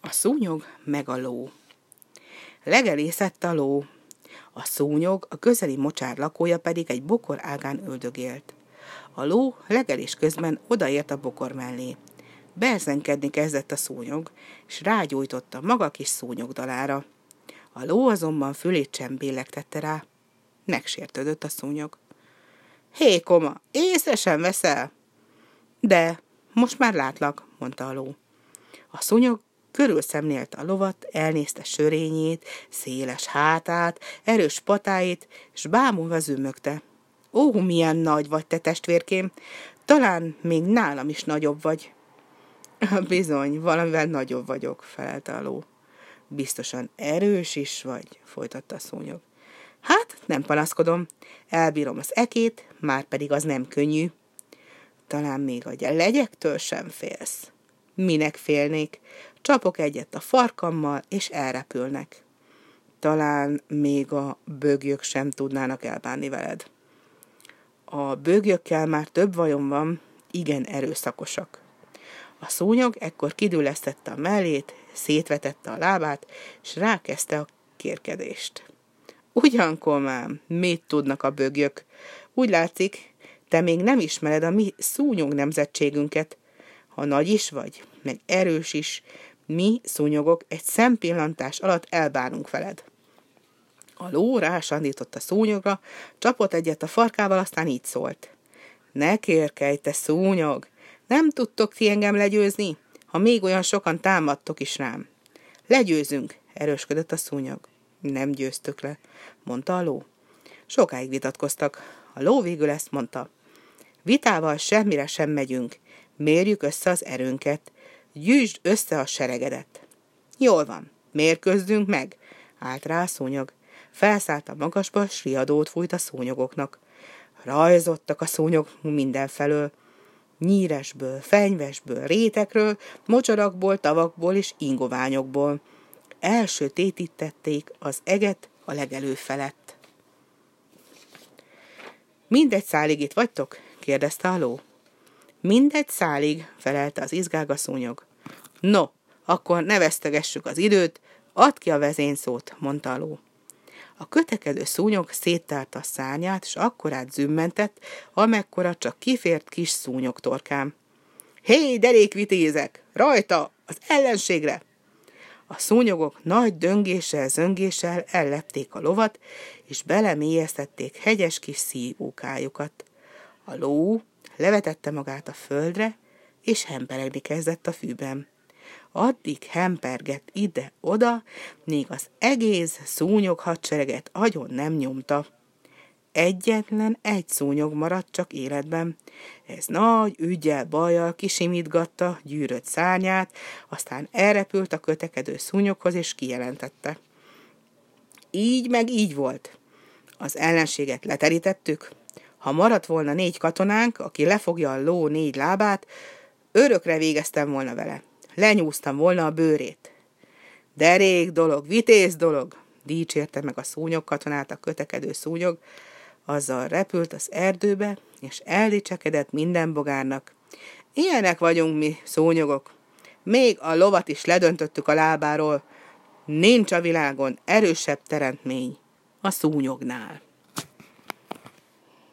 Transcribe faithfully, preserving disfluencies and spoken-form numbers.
A szúnyog meg a ló. Legelészett a ló. A szúnyog, a közeli mocsár lakója pedig egy bokor ágán üldögélt. A ló legelés közben odaért a bokor mellé. Berzenkedni kezdett a szúnyog, és rágyújtotta maga kis szúnyogdalára. A ló azonban fülét sem bélegtette rá. Megsértődött a szúnyog. Hé, koma, észre sem veszel? De, most már látlak, mondta a ló. A szúnyog körülszemlélte a lovat, elnézte sörényét, széles hátát, erős patáit, és bámulva zümmögte. Ó, milyen nagy vagy, te testvérkém, talán még nálam is nagyobb vagy. Bizony, valamivel nagyobb vagyok, felelte a ló. Biztosan erős is vagy, folytatta a szúnyog. Hát, nem panaszkodom, elbírom az ekét, már pedig az nem könnyű. Talán még a legyektől sem félsz. Minek félnék? Csapok egyet a farkammal, és elrepülnek. Talán még a bögyök sem tudnának elbánni veled. A bögyökkel már több bajom van, igen erőszakosak. A szúnyog ekkor kidüllesztette a mellét, szétvetette a lábát, és rákezdte a kérkedést. Ugyan, komám, mit tudnak a bögyök? Úgy látszik, te még nem ismered a mi szúnyog nemzetségünket. Ha nagy is vagy, meg erős is, mi szúnyogok egy szempillantás alatt elbánunk veled. A ló rásandított a szúnyogra, csapott egyet a farkával, aztán így szólt. Ne kérkelj, te szúnyog! Nem tudtok ti engem legyőzni, ha még olyan sokan támadtok is rám. Legyőzünk, erősködött a szúnyog. Nem győztök le, mondta a ló. Sokáig vitatkoztak. A ló végül ezt mondta. Vitával semmire sem megyünk. Mérjük össze az erőnket. Gyűjtsd össze a seregedet. Jól van, mérkőzzünk meg, állt rá a szúnyog. Felszállt a magasba, s riadót fújt a szúnyogoknak. Rajzottak a szúnyog mindenfelől. Nyíresből, fenyvesből, rétekről, mocsarakból, tavakból és ingoványokból. Elsötétítették az eget a legelő felett. Mindegy szálig itt vagytok? Kérdezte a ló. Mindegy szálig, felelte az izgága szúnyog. No, akkor ne vesztegessük az időt, add ki a vezényszót, mondta a ló. A kötekedő szúnyog széttárta a szárnyát, s akkorát zümmentett, amekkora csak kifért kis szúnyogtorkám. Hé, derékvitézek, rajta, az ellenségre! A szúnyogok nagy döngéssel, zöngéssel ellepték a lovat, és belemélyeztették hegyes kis szívókájukat. A ló levetette magát a földre, és hemperegni kezdett a fűben. Addig hempergett ide-oda, míg az egész szúnyog hadsereget agyon nem nyomta. Egyetlen egy szúnyog maradt csak életben. Ez nagy üggyel, bajjal kisimítgatta gyűrött szárnyát, aztán elrepült a kötekedő szúnyoghoz, és kijelentette. Így meg így volt. Az ellenséget leterítettük. Ha maradt volna négy katonánk, aki lefogja a ló négy lábát, örökre végeztem volna vele. Lenyúztam volna a bőrét. Derék dolog, vitéz dolog, dicsérte meg a szúnyog katonát a kötekedő szúnyog, azzal repült az erdőbe, és eldicsekedett minden bogárnak. Ilyenek vagyunk mi, szúnyogok. Még a lovat is ledöntöttük a lábáról. Nincs a világon erősebb teremtmény a szúnyognál.